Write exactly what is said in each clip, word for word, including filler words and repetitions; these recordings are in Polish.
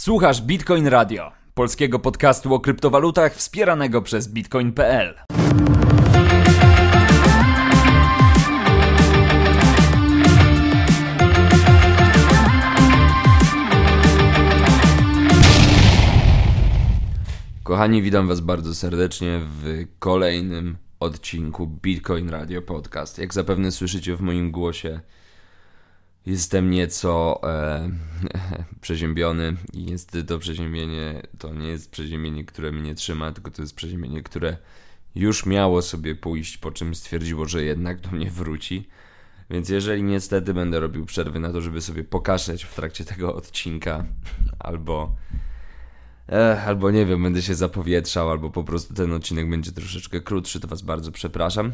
Słuchasz Bitcoin Radio, polskiego podcastu o kryptowalutach wspieranego przez bitcoin kropka p l. Kochani, witam Was bardzo serdecznie w kolejnym odcinku Bitcoin Radio Podcast. Jak zapewne słyszycie w moim głosie, jestem nieco e, przeziębiony i niestety to przeziębienie to nie jest przeziębienie, które mnie trzyma, tylko to jest przeziębienie, które już miało sobie pójść, po czym stwierdziło, że jednak do mnie wróci. Więc jeżeli niestety będę robił przerwy na to, żeby sobie pokaszleć w trakcie tego odcinka, albo eh, albo nie wiem, będę się zapowietrzał, albo po prostu ten odcinek będzie troszeczkę krótszy, to Was bardzo przepraszam.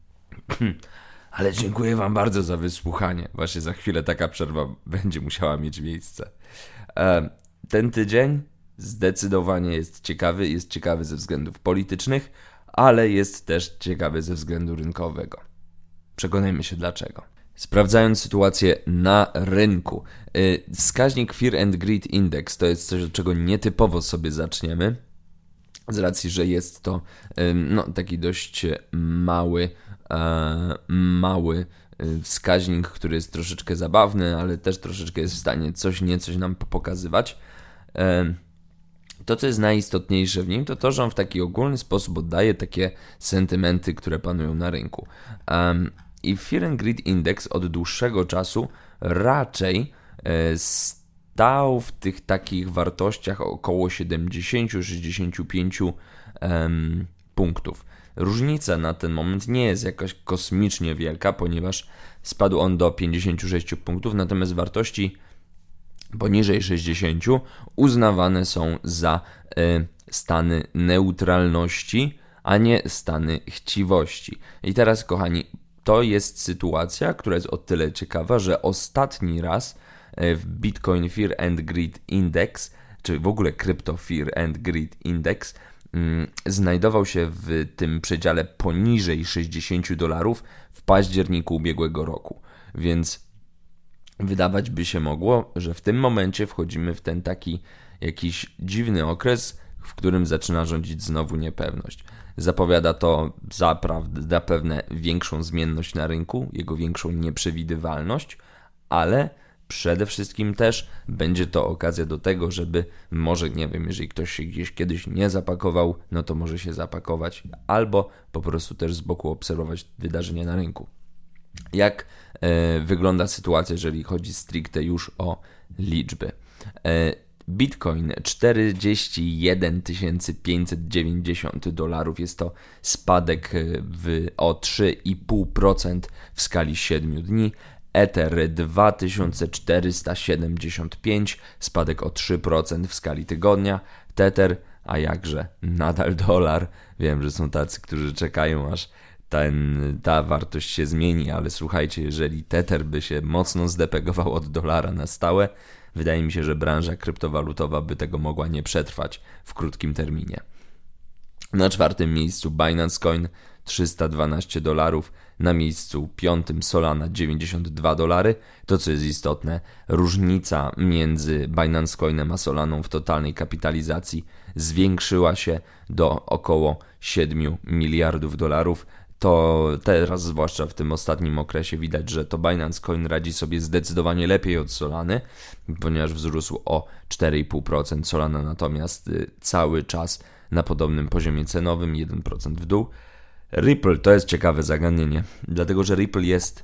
Ale dziękuję Wam bardzo za wysłuchanie. Właśnie za chwilę taka przerwa będzie musiała mieć miejsce. E, ten tydzień zdecydowanie jest ciekawy. Jest ciekawy ze względów politycznych, ale jest też ciekawy ze względu rynkowego. Przekonajmy się dlaczego. Sprawdzając sytuację na rynku. Yy, wskaźnik Fear and Greed Index to jest coś, od czego nietypowo sobie zaczniemy. Z racji, że jest to yy, no, taki dość mały, yy, mały yy, wskaźnik, który jest troszeczkę zabawny, ale też troszeczkę jest w stanie coś niecoś nam pokazywać. Yy, to, co jest najistotniejsze w nim, to to, że on w taki ogólny sposób oddaje takie sentymenty, które panują na rynku. Yy, I Fear and Greed Index od dłuższego czasu raczej e, stał w tych takich wartościach około siedemdziesiąt do sześćdziesięciu pięciu em, punktów. Różnica na ten moment nie jest jakaś kosmicznie wielka, ponieważ spadł on do pięćdziesięciu sześciu punktów, natomiast wartości poniżej sześćdziesięciu uznawane są za e, stany neutralności, a nie stany chciwości. I teraz, kochani, to jest sytuacja, która jest o tyle ciekawa, że ostatni raz w Bitcoin Fear and Greed Index, czy w ogóle Crypto Fear and Greed Index, mm, znajdował się w tym przedziale poniżej sześćdziesięciu dolarów w październiku ubiegłego roku. Więc wydawać by się mogło, że w tym momencie wchodzimy w ten taki jakiś dziwny okres, w którym zaczyna rządzić znowu niepewność. Zapowiada to zapewne większą zmienność na rynku, jego większą nieprzewidywalność, ale przede wszystkim też będzie to okazja do tego, żeby może, nie wiem, jeżeli ktoś się gdzieś kiedyś nie zapakował, no to może się zapakować, albo po prostu też z boku obserwować wydarzenia na rynku. Jak e, wygląda sytuacja, jeżeli chodzi stricte już o liczby? E, Bitcoin czterdzieści jeden tysięcy pięćset dziewięćdziesiąt dolarów. Jest to spadek w, o trzy i pół procent w skali siedmiu dni. Ether dwa tysiące czterysta siedemdziesiąt pięć, spadek o trzy procent w skali tygodnia. Tether, a jakże, nadal dolar. Wiem, że są tacy, którzy czekają, aż ten, ta wartość się zmieni, ale słuchajcie, jeżeli Tether by się mocno zdepegował od dolara na stałe, wydaje mi się, że branża kryptowalutowa by tego mogła nie przetrwać w krótkim terminie. Na czwartym miejscu Binance Coin trzysta dwanaście dolarów, na miejscu piątym Solana dziewięćdziesiąt dwa dolary. To, co jest istotne, różnica między Binance Coinem a Solaną w totalnej kapitalizacji zwiększyła się do około siedmiu miliardów dolarów. To teraz, zwłaszcza w tym ostatnim okresie, widać, że to Binance Coin radzi sobie zdecydowanie lepiej od Solany, ponieważ wzrósł o cztery i pół procent. Solana natomiast cały czas na podobnym poziomie cenowym, jeden procent w dół. Ripple to jest ciekawe zagadnienie, dlatego że Ripple jest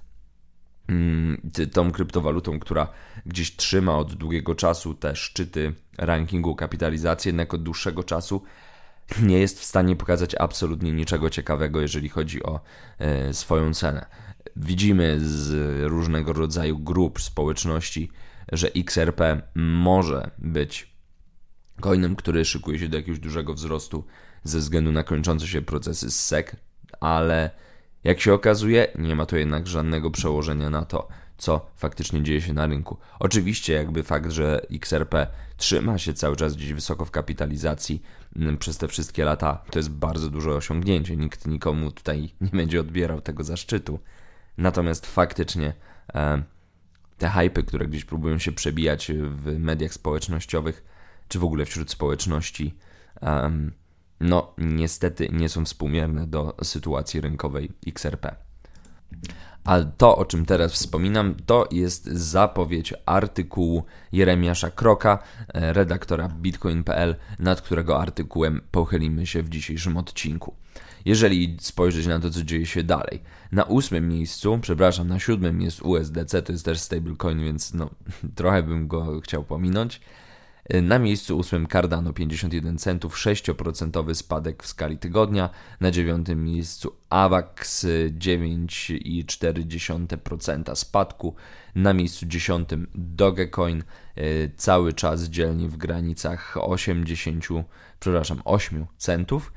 mm, tą kryptowalutą, która gdzieś trzyma od długiego czasu te szczyty rankingu kapitalizacji, jednak od dłuższego czasu nie jest w stanie pokazać absolutnie niczego ciekawego, jeżeli chodzi o e, swoją cenę. Widzimy z różnego rodzaju grup społeczności, że X R P może być coinem, który szykuje się do jakiegoś dużego wzrostu ze względu na kończące się procesy z S E C, ale jak się okazuje, nie ma to jednak żadnego przełożenia na to, co faktycznie dzieje się na rynku. Oczywiście jakby fakt, że X R P trzyma się cały czas gdzieś wysoko w kapitalizacji przez te wszystkie lata, to jest bardzo duże osiągnięcie. Nikt nikomu tutaj nie będzie odbierał tego zaszczytu. Natomiast faktycznie e, te hypy, które gdzieś próbują się przebijać w mediach społecznościowych, czy w ogóle wśród społeczności, um, no niestety nie są współmierne do sytuacji rynkowej X R P. A to, o czym teraz wspominam, to jest zapowiedź artykułu Jeremiasza Kroka, redaktora bitcoin kropka p l, nad którego artykułem pochylimy się w dzisiejszym odcinku. Jeżeli spojrzeć na to, co dzieje się dalej. Na ósmym miejscu, przepraszam, na siódmym jest U S D C, to jest też stablecoin, więc no, trochę bym go chciał pominąć. Na miejscu ósmym Cardano pięćdziesiąt jeden centów, sześć procent spadek w skali tygodnia. Na dziewiątym miejscu AVAX dziewięć przecinek cztery procent spadku. Na miejscu dziesiątym Dogecoin cały czas dzielnie w granicach osiemdziesiąt, przepraszam, osiem centów.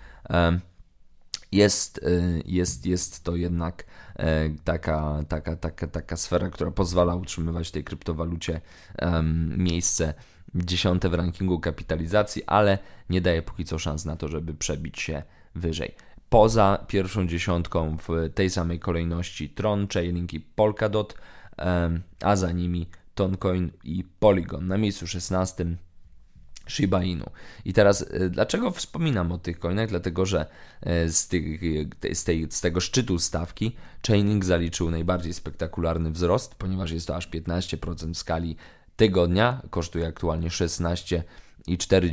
Jest, jest, jest to jednak taka, taka, taka, taka sfera, która pozwala utrzymywać tej kryptowalucie miejsce dziesiąte w rankingu kapitalizacji, ale nie daje póki co szans na to, żeby przebić się wyżej. Poza pierwszą dziesiątką w tej samej kolejności Tron, Chainlink i Polkadot, a za nimi Toncoin i Polygon. Na miejscu szesnastym Shiba Inu. I teraz dlaczego wspominam o tych coinach? Dlatego, że z, tych, z, tej, z tego szczytu stawki Chainlink zaliczył najbardziej spektakularny wzrost, ponieważ jest to aż piętnaście procent w skali tygodnia, kosztuje aktualnie szesnaście przecinek cztery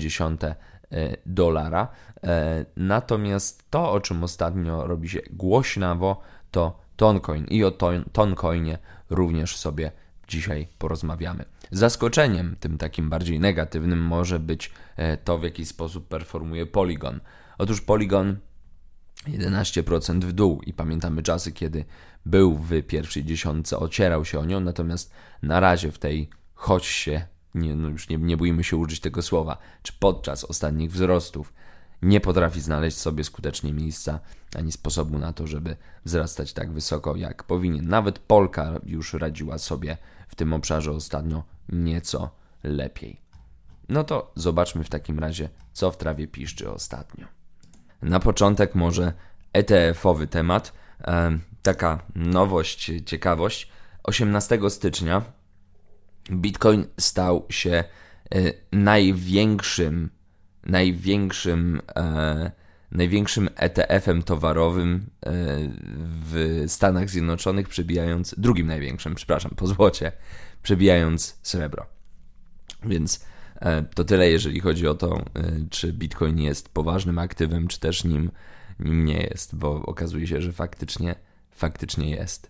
dolara. Natomiast to, o czym ostatnio robi się głośnawo, to Toncoin i o ton, Toncoinie również sobie dzisiaj porozmawiamy. Zaskoczeniem, tym takim bardziej negatywnym, może być to, w jaki sposób performuje Polygon. Otóż Polygon jedenaście procent w dół i pamiętamy czasy, kiedy był w pierwszej dziesiątce, ocierał się o nią, natomiast na razie w tej choć się, nie, no już nie, nie bójmy się użyć tego słowa, czy podczas ostatnich wzrostów nie potrafi znaleźć sobie skutecznie miejsca ani sposobu na to, żeby wzrastać tak wysoko, jak powinien. Nawet Polka już radziła sobie w tym obszarze ostatnio nieco lepiej. No to zobaczmy w takim razie, co w trawie piszczy ostatnio. Na początek może E T F-owy temat, e, taka nowość, ciekawość. osiemnastego stycznia Bitcoin stał się e, największym, największym, e, największym E T F-em towarowym e, w Stanach Zjednoczonych, przebijając, drugim największym, przepraszam, po złocie, przebijając srebro. Więc e, to tyle, jeżeli chodzi o to, e, czy Bitcoin jest poważnym aktywem, czy też nim, nim nie jest, bo okazuje się, że faktycznie, faktycznie jest.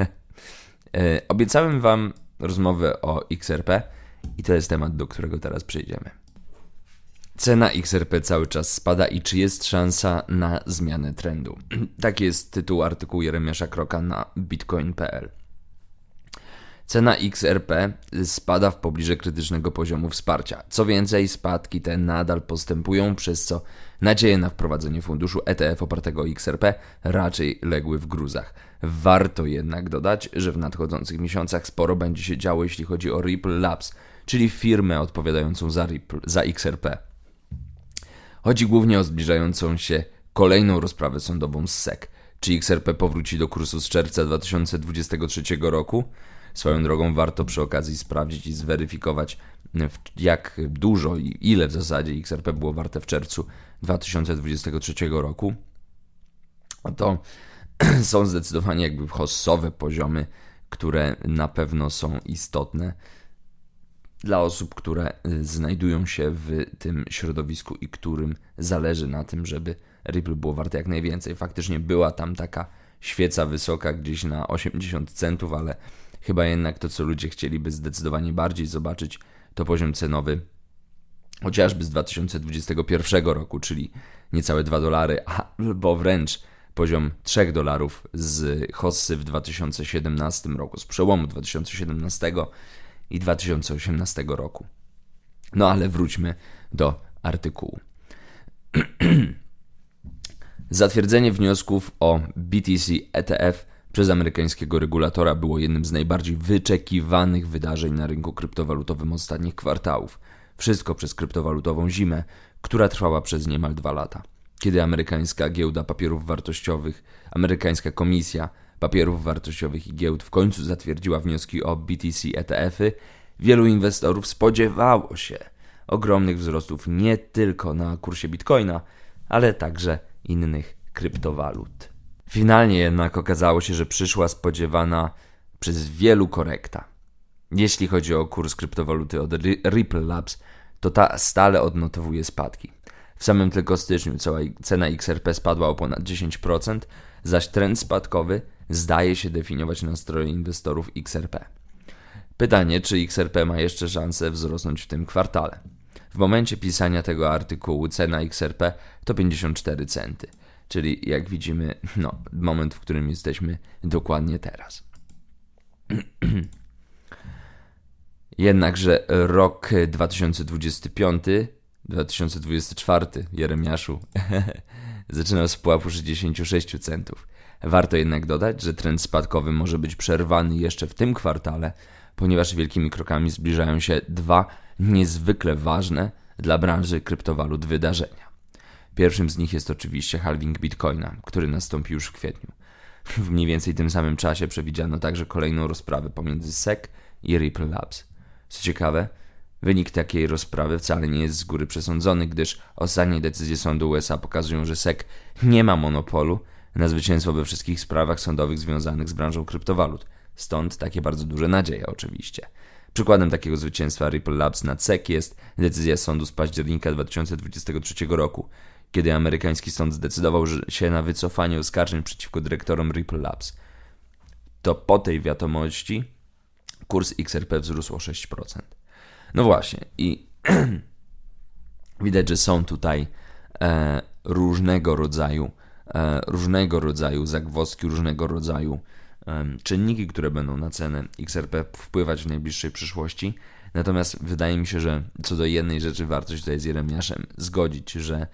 e, obiecałem Wam rozmowę o X R P i to jest temat, do którego teraz przejdziemy. Cena X R P cały czas spada i czy jest szansa na zmianę trendu? Taki jest tytuł artykułu Jeremiasza Kroka na bitcoin kropka p l. Cena X R P spada w pobliże krytycznego poziomu wsparcia. Co więcej, spadki te nadal postępują, przez co nadzieje na wprowadzenie funduszu E T F opartego o X R P raczej legły w gruzach. Warto jednak dodać, że w nadchodzących miesiącach sporo będzie się działo, jeśli chodzi o Ripple Labs, czyli firmę odpowiadającą za, Ripple, za X R P. Chodzi głównie o zbliżającą się kolejną rozprawę sądową z S E C. Czy X R P powróci do kursu z czerwca dwa tysiące dwudziestego trzeciego roku? Swoją drogą warto przy okazji sprawdzić i zweryfikować, jak dużo i ile w zasadzie X R P było warte w czerwcu dwa tysiące dwudziestego trzeciego roku. To są zdecydowanie jakby hossowe poziomy, które na pewno są istotne dla osób, które znajdują się w tym środowisku i którym zależy na tym, żeby Ripple było warte jak najwięcej. Faktycznie była tam taka świeca wysoka gdzieś na osiemdziesiąt centów, ale chyba jednak to, co ludzie chcieliby zdecydowanie bardziej zobaczyć, to poziom cenowy chociażby z dwa tysiące dwudziestego pierwszego roku, czyli niecałe dwa dolary, albo wręcz poziom trzy dolarów z hossy w dwa tysiące siedemnastym roku, z przełomu dwa tysiące siedemnastego i dwa tysiące osiemnastego roku. No ale wróćmy do artykułu. Zatwierdzenie wniosków o B T C E T F przez amerykańskiego regulatora było jednym z najbardziej wyczekiwanych wydarzeń na rynku kryptowalutowym ostatnich kwartałów. Wszystko przez kryptowalutową zimę, która trwała przez niemal dwa lata. Kiedy amerykańska giełda papierów wartościowych, amerykańska komisja papierów wartościowych i giełd w końcu zatwierdziła wnioski o B T C E T F-y, wielu inwestorów spodziewało się, ogromnych wzrostów nie tylko na kursie Bitcoina, ale także innych kryptowalut. Finalnie jednak okazało się, że przyszła spodziewana przez wielu korekta. Jeśli chodzi o kurs kryptowaluty od Ripple Labs, to ta stale odnotowuje spadki. W samym tylko styczniu cała cena X R P spadła o ponad dziesięć procent, zaś trend spadkowy zdaje się definiować nastroje inwestorów X R P. Pytanie, czy X R P ma jeszcze szansę wzrosnąć w tym kwartale. W momencie pisania tego artykułu cena X R P to pięćdziesiąt cztery centy, czyli jak widzimy, no, moment, w którym jesteśmy dokładnie teraz. Jednakże rok dwa tysiące dwudziesty piąty, dwa tysiące dwudziesty czwarty, Jeremiaszu, zaczynał z pułapu sześćdziesiąt sześć centów. Warto jednak dodać, że trend spadkowy może być przerwany jeszcze w tym kwartale, ponieważ wielkimi krokami zbliżają się dwa niezwykle ważne dla branży kryptowalut wydarzenia. Pierwszym z nich jest oczywiście halving Bitcoina, który nastąpi już w kwietniu. W mniej więcej tym samym czasie przewidziano także kolejną rozprawę pomiędzy S E C i Ripple Labs. Co ciekawe, wynik takiej rozprawy wcale nie jest z góry przesądzony, gdyż ostatnie decyzje sądu U S A pokazują, że S E C nie ma monopolu na zwycięstwo we wszystkich sprawach sądowych związanych z branżą kryptowalut. Stąd takie bardzo duże nadzieje oczywiście. Przykładem takiego zwycięstwa Ripple Labs nad S E C jest decyzja sądu z października dwa tysiące dwudziestego trzeciego roku, kiedy amerykański sąd zdecydował się na wycofanie oskarżeń przeciwko dyrektorom Ripple Labs. To po tej wiadomości kurs X R P wzrósł o sześć procent. No właśnie i widać, że są tutaj e, różnego rodzaju e, różnego rodzaju zagwozdki, różnego rodzaju e, czynniki, które będą na cenę X R P wpływać w najbliższej przyszłości. Natomiast wydaje mi się, że co do jednej rzeczy warto się tutaj z Jeremiaszem zgodzić, że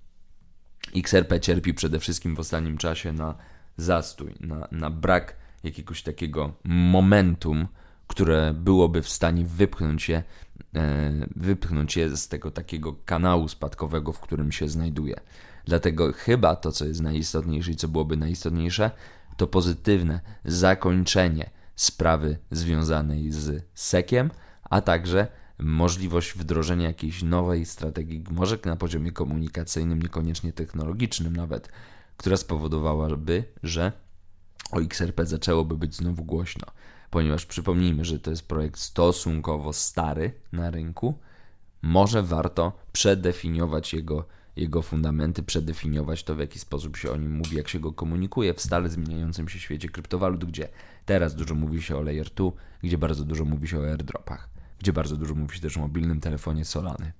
X R P cierpi przede wszystkim w ostatnim czasie na zastój, na, na brak jakiegoś takiego momentum, które byłoby w stanie wypchnąć je, e, wypchnąć je z tego takiego kanału spadkowego, w którym się znajduje. Dlatego chyba to, co jest najistotniejsze i co byłoby najistotniejsze, to pozytywne zakończenie sprawy związanej z S E C-iem, a także możliwość wdrożenia jakiejś nowej strategii, może na poziomie komunikacyjnym, niekoniecznie technologicznym nawet, która spowodowałaby, że o X R P zaczęłoby być znowu głośno. Ponieważ przypomnijmy, że to jest projekt stosunkowo stary na rynku, może warto przedefiniować jego, jego fundamenty, przedefiniować to, w jaki sposób się o nim mówi, jak się go komunikuje w stale zmieniającym się świecie kryptowalut, gdzie teraz dużo mówi się o Layer dwa, gdzie bardzo dużo mówi się o airdropach, gdzie bardzo dużo mówi się też o mobilnym telefonie Solany.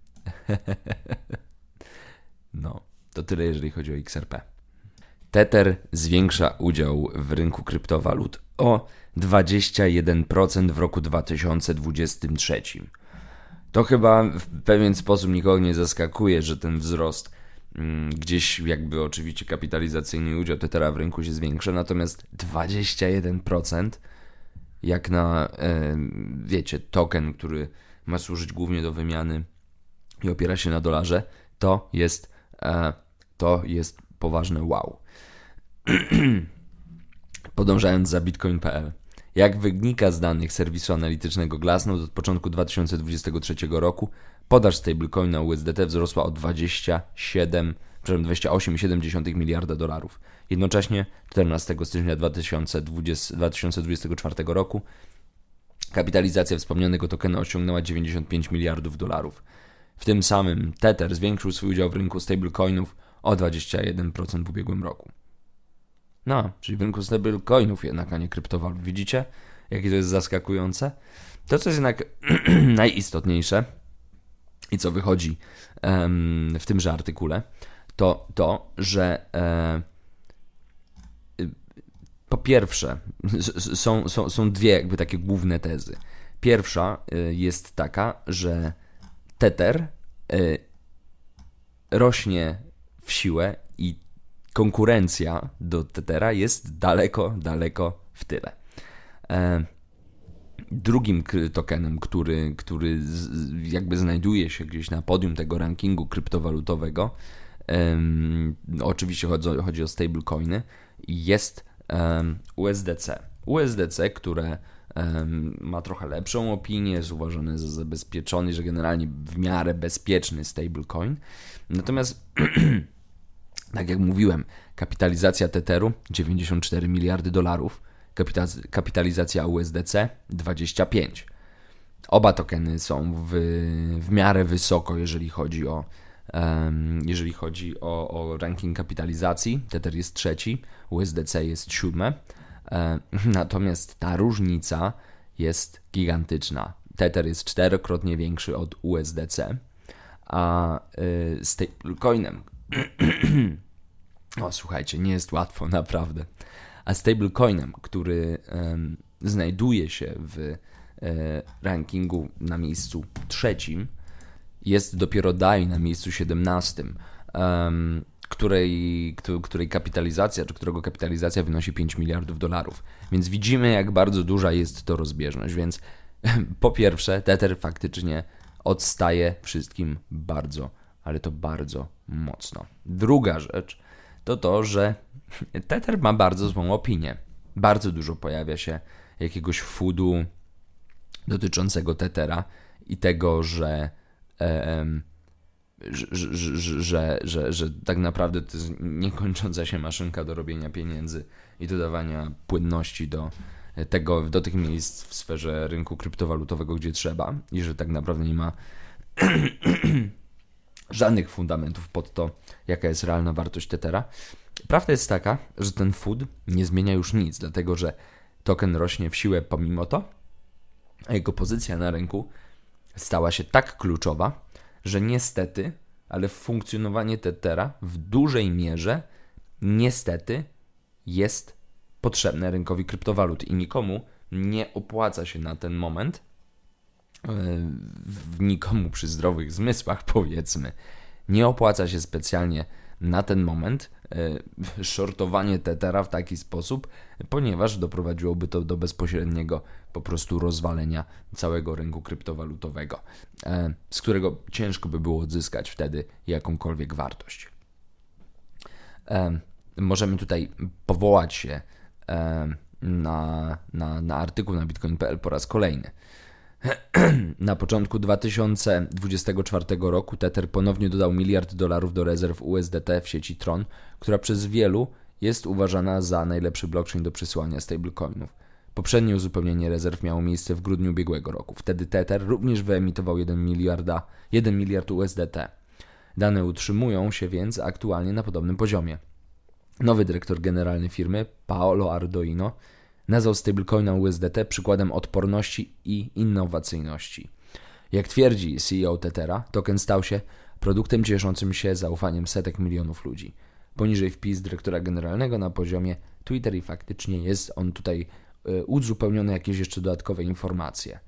No, to tyle jeżeli chodzi o X R P. Tether zwiększa udział w rynku kryptowalut o dwadzieścia jeden procent w roku dwa tysiące dwudziestym trzecim. To chyba w pewien sposób nikogo nie zaskakuje, że ten wzrost mm, gdzieś jakby oczywiście kapitalizacyjny udział Tethera w rynku się zwiększa, natomiast dwadzieścia jeden procent jak na, e, wiecie, token, który ma służyć głównie do wymiany i opiera się na dolarze, to jest, e, to jest poważne wow. Podążając za bitcoin kropka p l. Jak wynika z danych serwisu analitycznego Glassnode, od początku dwa tysiące dwudziestego trzeciego roku podaż stablecoina U S D T wzrosła o dwadzieścia siedem, przepraszam, dwadzieścia osiem przecinek siedem miliarda dolarów. Jednocześnie czternastego stycznia dwa tysiące dwudziestego czwartego roku kapitalizacja wspomnianego tokena osiągnęła dziewięćdziesiąt pięć miliardów dolarów. W tym samym Tether zwiększył swój udział w rynku stablecoinów o dwadzieścia jeden procent w ubiegłym roku. No, czyli w rynku stablecoinów jednak, a nie kryptowalut. Widzicie, jakie to jest zaskakujące? To, co jest jednak najistotniejsze i co wychodzi um, w tymże artykule, to to, że e, po pierwsze są, są, są dwie jakby takie główne tezy. Pierwsza y, jest taka, że Tether y, rośnie w siłę i konkurencja do Tethera jest daleko, daleko w tyle. E, drugim tokenem, który, który z, jakby znajduje się gdzieś na podium tego rankingu kryptowalutowego, e, oczywiście chodzi, chodzi o stablecoiny, jest e, U S D C. U S D C, które um, ma trochę lepszą opinię, jest uważany za zabezpieczony, że generalnie w miarę bezpieczny stablecoin. Natomiast tak jak mówiłem, kapitalizacja Tetheru dziewięćdziesiąt cztery miliardy dolarów, kapita- kapitalizacja U S D C dwadzieścia pięć. Oba tokeny są w, w miarę wysoko, jeżeli chodzi o um, jeżeli chodzi o, o ranking kapitalizacji. Tether jest trzeci, U S D C jest siódme. Um, natomiast ta różnica jest gigantyczna. Tether jest czterokrotnie większy od U S D C, a y, stablecoinem o, słuchajcie, nie jest łatwo, naprawdę. A stablecoinem, który um, znajduje się w e, rankingu na miejscu trzecim, jest dopiero D A I na miejscu siedemnastym, um, której, której kapitalizacja, czy którego kapitalizacja wynosi pięć miliardów dolarów. Więc widzimy, jak bardzo duża jest to rozbieżność. Więc po pierwsze, Tether faktycznie odstaje wszystkim bardzo, ale to bardzo mocno. Druga rzecz to to, że Tether ma bardzo złą opinię. Bardzo dużo pojawia się jakiegoś foodu dotyczącego Tethera i tego, że, e, że, że, że, że, że tak naprawdę to jest niekończąca się maszynka do robienia pieniędzy i dodawania płynności do tego, do tych miejsc w sferze rynku kryptowalutowego, gdzie trzeba, i że tak naprawdę nie ma żadnych fundamentów pod to, jaka jest realna wartość Tethera. Prawda jest taka, że ten food nie zmienia już nic, dlatego że token rośnie w siłę pomimo to, a jego pozycja na rynku stała się tak kluczowa, że niestety, ale funkcjonowanie Tethera w dużej mierze niestety jest potrzebne rynkowi kryptowalut i nikomu nie opłaca się na ten moment, w nikomu przy zdrowych zmysłach, powiedzmy, nie opłaca się specjalnie na ten moment e, shortowanie Tethera w taki sposób, ponieważ doprowadziłoby to do bezpośredniego po prostu rozwalenia całego rynku kryptowalutowego, e, z którego ciężko by było odzyskać wtedy jakąkolwiek wartość. E, możemy tutaj powołać się e, na, na, na artykuł na bitcoin kropka p l po raz kolejny. Na początku dwa tysiące dwudziestego czwartego roku Tether ponownie dodał miliard dolarów do rezerw U S D T w sieci Tron, która przez wielu jest uważana za najlepszy blockchain do przesyłania stablecoinów. Poprzednie uzupełnienie rezerw miało miejsce w grudniu ubiegłego roku. Wtedy Tether również wyemitował jeden miliard U S D T. Dane utrzymują się więc aktualnie na podobnym poziomie. Nowy dyrektor generalny firmy, Paolo Ardoino, nazwał stablecoina U S D T przykładem odporności i innowacyjności. Jak twierdzi C E O Tethera, token stał się produktem cieszącym się zaufaniem setek milionów ludzi. Poniżej wpis dyrektora generalnego na poziomie Twitter i faktycznie jest on tutaj y, uzupełniony jakieś jeszcze dodatkowe informacje.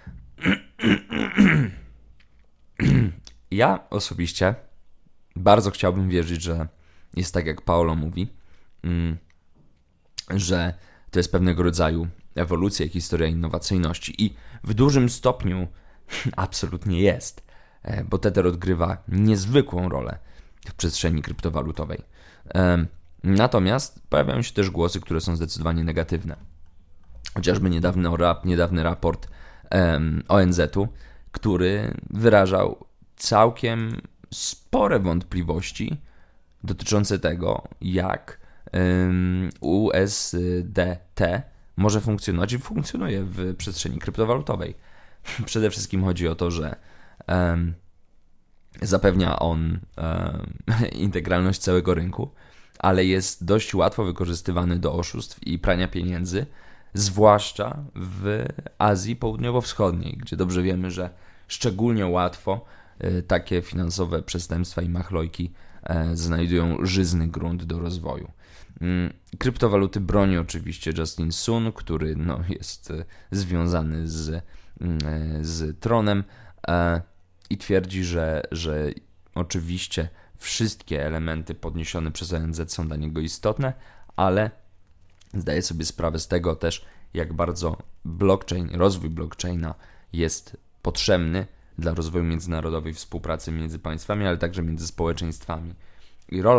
Ja osobiście bardzo chciałbym wierzyć, że jest tak jak Paolo mówi, mm, że to jest pewnego rodzaju ewolucja i historia innowacyjności i w dużym stopniu absolutnie jest, bo Tether odgrywa niezwykłą rolę w przestrzeni kryptowalutowej. Natomiast pojawiają się też głosy, które są zdecydowanie negatywne. Chociażby niedawny, rap, niedawny raport O N Z-u, który wyrażał całkiem spore wątpliwości dotyczące tego, jak U S D T może funkcjonować i funkcjonuje w przestrzeni kryptowalutowej. Przede wszystkim chodzi o to, że um, zapewnia on um, integralność całego rynku, ale jest dość łatwo wykorzystywany do oszustw i prania pieniędzy, zwłaszcza w Azji Południowo-Wschodniej, gdzie dobrze wiemy, że szczególnie łatwo y, takie finansowe przestępstwa i machlojki y, znajdują żyzny grunt do rozwoju. Kryptowaluty broni oczywiście Justin Sun, który no, jest związany z, z Tronem i twierdzi, że, że oczywiście wszystkie elementy podniesione przez O N Z są dla niego istotne, ale zdaje sobie sprawę z tego też, jak bardzo blockchain, rozwój blockchaina jest potrzebny dla rozwoju międzynarodowej współpracy między państwami, ale także między społeczeństwami. I rola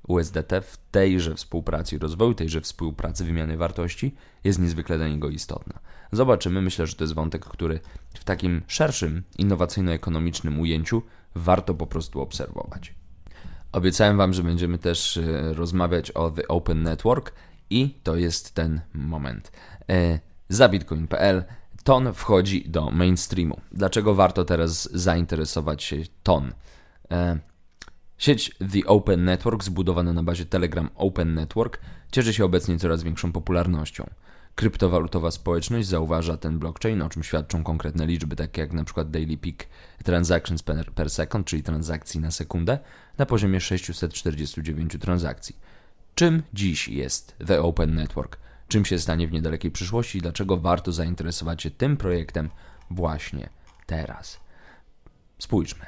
U S D T w tejże współpracy i rozwoju, tejże współpracy wymiany wartości jest niezwykle dla niego istotna. Zobaczymy, myślę, że to jest wątek, który w takim szerszym, innowacyjno-ekonomicznym ujęciu warto po prostu obserwować. Obiecałem Wam, że będziemy też rozmawiać o The Open Network i to jest ten moment. Za bitcoin kropka p l Ton wchodzi do mainstreamu. Dlaczego warto teraz zainteresować się Ton? Sieć The Open Network, zbudowana na bazie Telegram Open Network, cieszy się obecnie coraz większą popularnością. Kryptowalutowa społeczność zauważa ten blockchain, o czym świadczą konkretne liczby, takie jak np. Daily Peak Transactions per, per Second, czyli transakcji na sekundę, na poziomie sześćset czterdzieści dziewięć transakcji. Czym dziś jest The Open Network? Czym się stanie w niedalekiej przyszłości i dlaczego warto zainteresować się tym projektem właśnie teraz? Spójrzmy.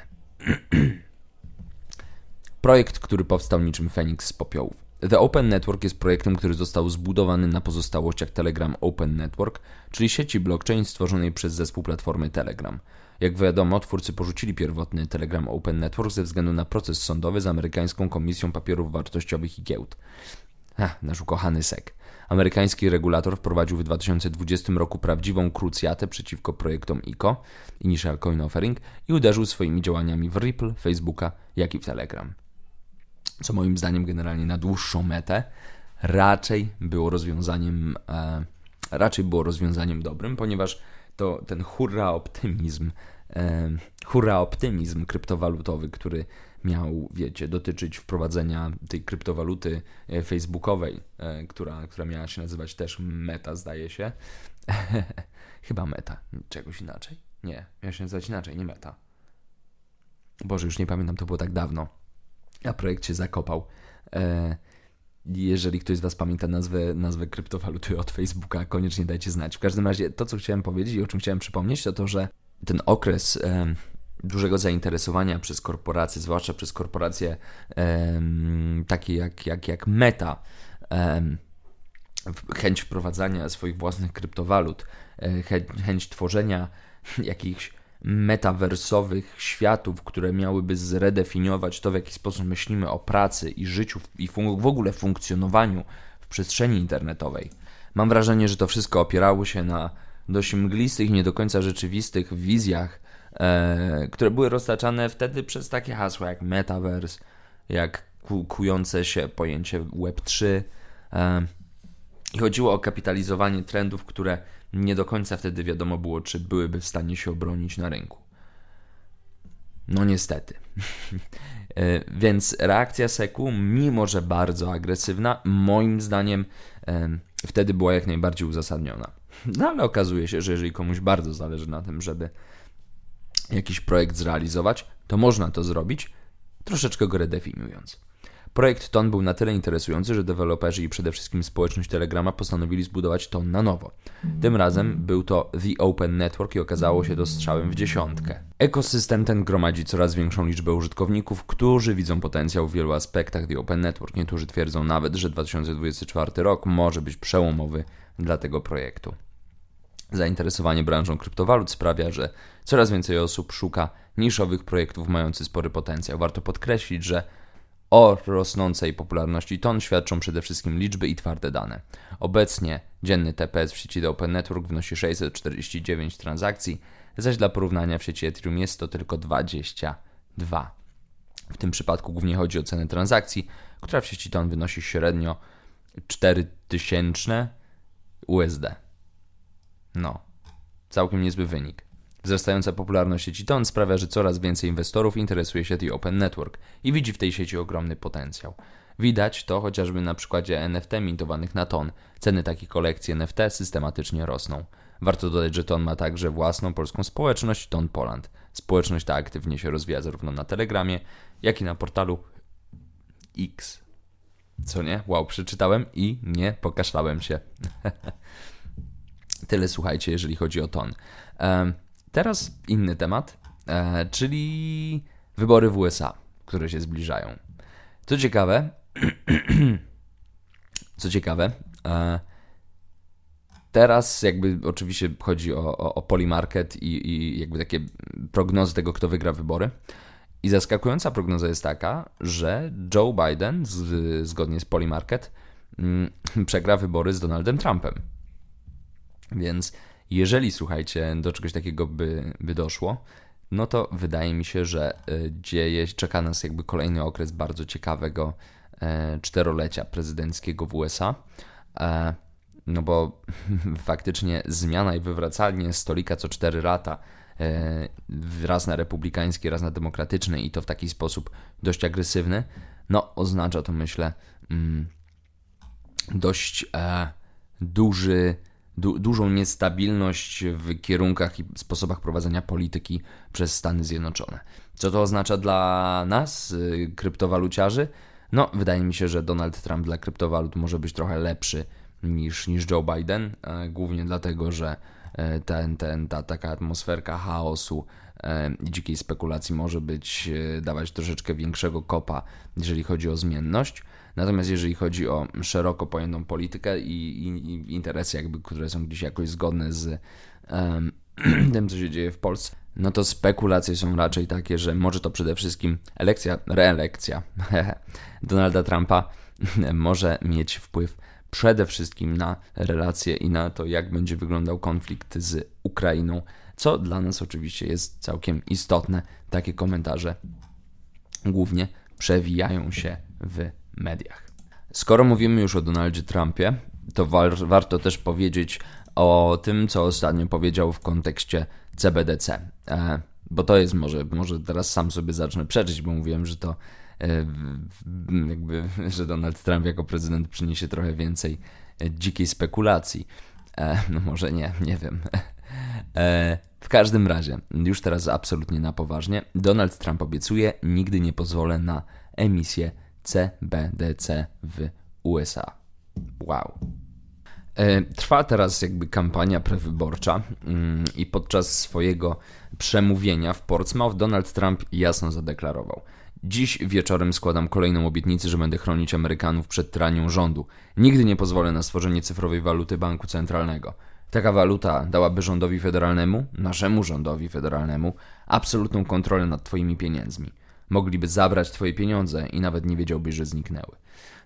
Projekt, który powstał niczym Feniks z popiołów. The Open Network jest projektem, który został zbudowany na pozostałościach Telegram Open Network, czyli sieci blockchain stworzonej przez zespół platformy Telegram. Jak wiadomo, twórcy porzucili pierwotny Telegram Open Network ze względu na proces sądowy z amerykańską Komisją Papierów Wartościowych i Giełd. Ach, nasz ukochany S E C. Amerykański regulator wprowadził w dwa tysiące dwudziestym roku prawdziwą krucjatę przeciwko projektom I C O, Initial Coin Offering, i uderzył swoimi działaniami w Ripple, Facebooka, jak i w Telegram. Co moim zdaniem generalnie na dłuższą metę raczej było rozwiązaniem e, raczej było rozwiązaniem dobrym, ponieważ to ten hurra optymizm e, hurra optymizm kryptowalutowy, który miał, wiecie, dotyczyć wprowadzenia tej kryptowaluty e, facebookowej, e, która, która miała się nazywać też Meta, zdaje się. Chyba Meta, czegoś inaczej? Nie, miała się nazywać inaczej, nie Meta. Boże, już nie pamiętam, to było tak dawno. A projekt się zakopał. Jeżeli ktoś z Was pamięta nazwę, nazwę kryptowaluty od Facebooka, koniecznie dajcie znać. W każdym razie to, co chciałem powiedzieć i o czym chciałem przypomnieć, to to, że ten okres e, dużego zainteresowania przez korporacje, zwłaszcza przez korporacje e, takie jak, jak, jak Meta, e, chęć wprowadzania swoich własnych kryptowalut, e, chęć, chęć tworzenia jakichś metawersowych światów, które miałyby zredefiniować to, w jaki sposób myślimy o pracy i życiu i fun- w ogóle funkcjonowaniu w przestrzeni internetowej. Mam wrażenie, że to wszystko opierało się na dość mglistych i nie do końca rzeczywistych wizjach, e, które były roztaczane wtedy przez takie hasła jak metaverse, jak ku- kujące się pojęcie web trzy. E, I chodziło o kapitalizowanie trendów, które nie do końca wtedy wiadomo było, czy byłyby w stanie się obronić na rynku. No niestety. Więc reakcja S E C u, mimo że bardzo agresywna, moim zdaniem e, wtedy była jak najbardziej uzasadniona. No ale okazuje się, że jeżeli komuś bardzo zależy na tym, żeby jakiś projekt zrealizować, to można to zrobić, troszeczkę go redefiniując. Projekt Ton był na tyle interesujący, że deweloperzy i przede wszystkim społeczność Telegrama postanowili zbudować Ton na nowo. Tym razem był to The Open Network i okazało się to strzałem w dziesiątkę. Ekosystem ten gromadzi coraz większą liczbę użytkowników, którzy widzą potencjał w wielu aspektach The Open Network. Niektórzy twierdzą nawet, że dwa tysiące dwudziesty czwarty rok może być przełomowy dla tego projektu. Zainteresowanie branżą kryptowalut sprawia, że coraz więcej osób szuka niszowych projektów mających spory potencjał. Warto podkreślić, że o rosnącej popularności Ton świadczą przede wszystkim liczby i twarde dane. Obecnie dzienny T P S w sieci The Open Network wynosi sześćset czterdzieści dziewięć transakcji, zaś dla porównania w sieci Ethereum jest to tylko dwadzieścia dwa. W tym przypadku głównie chodzi o cenę transakcji, która w sieci Ton wynosi średnio cztery tysiące U S D. No, całkiem niezły wynik. Wzrastająca popularność sieci Ton sprawia, że coraz więcej inwestorów interesuje się The Open Network i widzi w tej sieci ogromny potencjał. Widać to chociażby na przykładzie N F T mintowanych na Ton. Ceny takich kolekcji N F T systematycznie rosną. Warto dodać, że Ton ma także własną polską społeczność Ton Poland. Społeczność ta aktywnie się rozwija zarówno na Telegramie, jak i na portalu X. Co nie? Wow, przeczytałem i nie pokaszlałem się. Tyle słuchajcie, jeżeli chodzi o Ton. Um, Teraz inny temat, e, czyli wybory w U S A, które się zbliżają. Co ciekawe, co ciekawe, e, teraz jakby oczywiście chodzi o, o, o Polymarket i, i jakby takie prognozy tego, kto wygra wybory. I zaskakująca prognoza jest taka, że Joe Biden, z, zgodnie z Polymarket, mm, przegra wybory z Donaldem Trumpem. Więc jeżeli, słuchajcie, do czegoś takiego by, by doszło, no to wydaje mi się, że dzieje, czeka nas jakby kolejny okres bardzo ciekawego e, czterolecia prezydenckiego w U S A. E, no bo faktycznie zmiana i wywracanie stolika co cztery lata, e, raz na republikański, raz na demokratyczny i to w taki sposób dość agresywny, no oznacza to, myślę, mm, dość e, duży Du- dużą niestabilność w kierunkach i sposobach prowadzenia polityki przez Stany Zjednoczone. Co to oznacza dla nas, y, kryptowaluciarzy? No, wydaje mi się, że Donald Trump dla kryptowalut może być trochę lepszy niż, niż Joe Biden, e, głównie dlatego, że e, ten, ten, ta taka atmosferka chaosu e, i dzikiej spekulacji może być, e, dawać troszeczkę większego kopa, jeżeli chodzi o zmienność. Natomiast jeżeli chodzi o szeroko pojętą politykę i, i, i interesy, jakby, które są gdzieś jakoś zgodne z um, tym, co się dzieje w Polsce, no to spekulacje są raczej takie, że może to przede wszystkim elekcja, reelekcja Donalda Trumpa może mieć wpływ przede wszystkim na relacje i na to, jak będzie wyglądał konflikt z Ukrainą, co dla nas oczywiście jest całkiem istotne. Takie komentarze głównie przewijają się w mediach. Skoro mówimy już o Donaldzie Trumpie, to war, warto też powiedzieć o tym, co ostatnio powiedział w kontekście C B D C. E, bo to jest może, może teraz sam sobie zacznę przeczyć, bo mówiłem, że to e, jakby, że Donald Trump jako prezydent przyniesie trochę więcej e, dzikiej spekulacji. E, no może nie, nie wiem. E, w każdym razie, już teraz absolutnie na poważnie, Donald Trump obiecuje: nigdy nie pozwolę na emisję C B D C w U S A. Wow. E, trwa teraz jakby kampania prewyborcza mm, i podczas swojego przemówienia w Portsmouth Donald Trump jasno zadeklarował: dziś wieczorem składam kolejną obietnicę, że będę chronić Amerykanów przed tyranią rządu. Nigdy nie pozwolę na stworzenie cyfrowej waluty banku centralnego. Taka waluta dałaby rządowi federalnemu, naszemu rządowi federalnemu, absolutną kontrolę nad twoimi pieniędzmi. Mogliby zabrać twoje pieniądze i nawet nie wiedziałbyś, że zniknęły.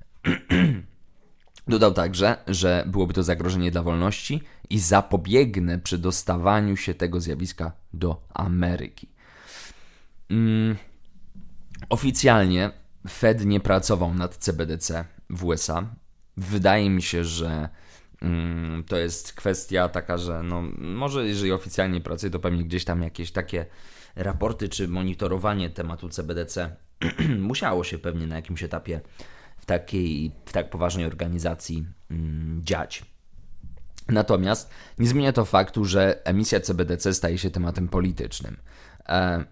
Dodał także, że byłoby to zagrożenie dla wolności i zapobiegnę przy dostawaniu się tego zjawiska do Ameryki. Mm. Oficjalnie Fed nie pracował nad C B D C w U S A. Wydaje mi się, że mm, to jest kwestia taka, że no, może jeżeli oficjalnie pracuje, to pewnie gdzieś tam jakieś takie raporty czy monitorowanie tematu C B D C musiało się pewnie na jakimś etapie w takiej, w tak poważnej organizacji mm, dziać. Natomiast nie zmienia to faktu, że emisja C B D C staje się tematem politycznym. E-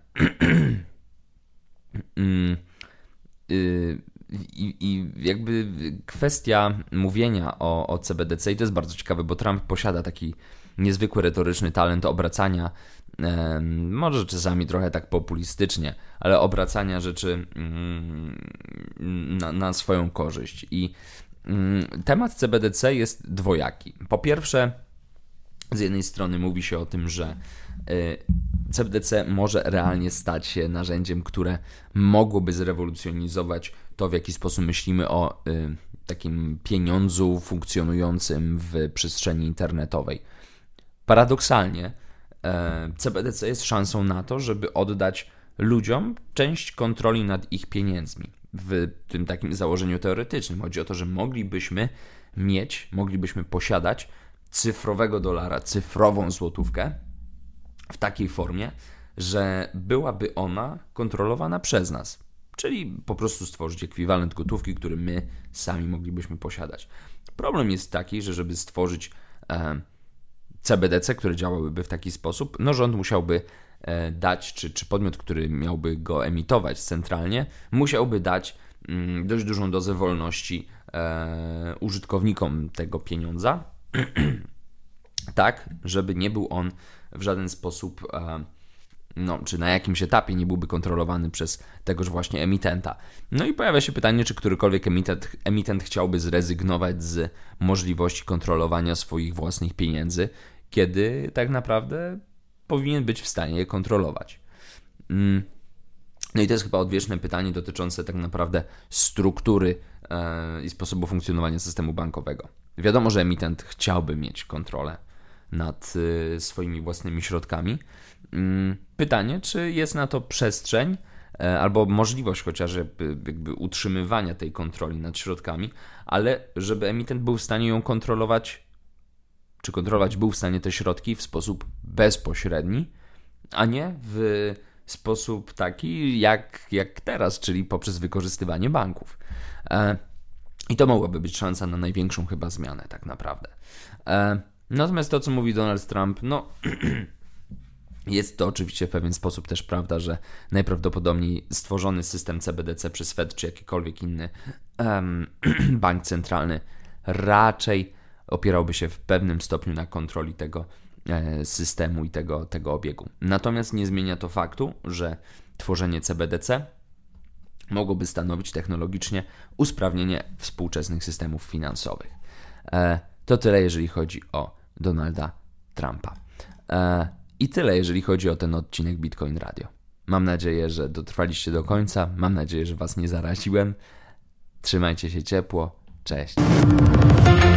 I, I jakby kwestia mówienia o, o C B D C, i to jest bardzo ciekawe, bo Trump posiada taki niezwykły retoryczny talent obracania, e, może czasami trochę tak populistycznie, ale obracania rzeczy mm, na, na swoją korzyść. I mm, temat C B D C jest dwojaki. Po pierwsze, z jednej strony mówi się o tym, że C B D C może realnie stać się narzędziem, które mogłoby zrewolucjonizować to, w jaki sposób myślimy o y, takim pieniądzu funkcjonującym w przestrzeni internetowej. Paradoksalnie y, C B D C jest szansą na to, żeby oddać ludziom część kontroli nad ich pieniędzmi. W tym takim założeniu teoretycznym chodzi o to, że moglibyśmy mieć, moglibyśmy posiadać cyfrowego dolara, cyfrową złotówkę, w takiej formie, że byłaby ona kontrolowana przez nas. Czyli po prostu stworzyć ekwiwalent gotówki, który my sami moglibyśmy posiadać. Problem jest taki, że żeby stworzyć e, C B D C, które działałyby w taki sposób, no rząd musiałby e, dać, czy, czy podmiot, który miałby go emitować centralnie, musiałby dać mm, dość dużą dozę wolności e, użytkownikom tego pieniądza, tak, żeby nie był on w żaden sposób, e, no, czy na jakimś etapie nie byłby kontrolowany przez tegoż właśnie emitenta. No i pojawia się pytanie, czy którykolwiek emitent, emitent chciałby zrezygnować z możliwości kontrolowania swoich własnych pieniędzy, kiedy tak naprawdę powinien być w stanie je kontrolować. Mm. No i to jest chyba odwieczne pytanie dotyczące tak naprawdę struktury e, i sposobu funkcjonowania systemu bankowego. Wiadomo, że emitent chciałby mieć kontrolę nad e, swoimi własnymi środkami. Mm, pytanie, czy jest na to przestrzeń e, albo możliwość chociażby jakby utrzymywania tej kontroli nad środkami, ale żeby emitent był w stanie ją kontrolować, czy kontrolować był w stanie te środki w sposób bezpośredni, a nie w sposób taki jak, jak teraz, czyli poprzez wykorzystywanie banków. E, I to mogłaby być szansa na największą chyba zmianę tak naprawdę. E, natomiast to, co mówi Donald Trump, no jest to oczywiście w pewien sposób też prawda, że najprawdopodobniej stworzony system C B D C przez Fed czy jakikolwiek inny um, bank centralny raczej opierałby się w pewnym stopniu na kontroli tego systemu i tego, tego obiegu. Natomiast nie zmienia to faktu, że tworzenie C B D C mogłoby stanowić technologicznie usprawnienie współczesnych systemów finansowych. E, to tyle, jeżeli chodzi o Donalda Trumpa. E, I tyle, jeżeli chodzi o ten odcinek Bitcoin Radio. Mam nadzieję, że dotrwaliście do końca. Mam nadzieję, że Was nie zaraziłem. Trzymajcie się ciepło. Cześć.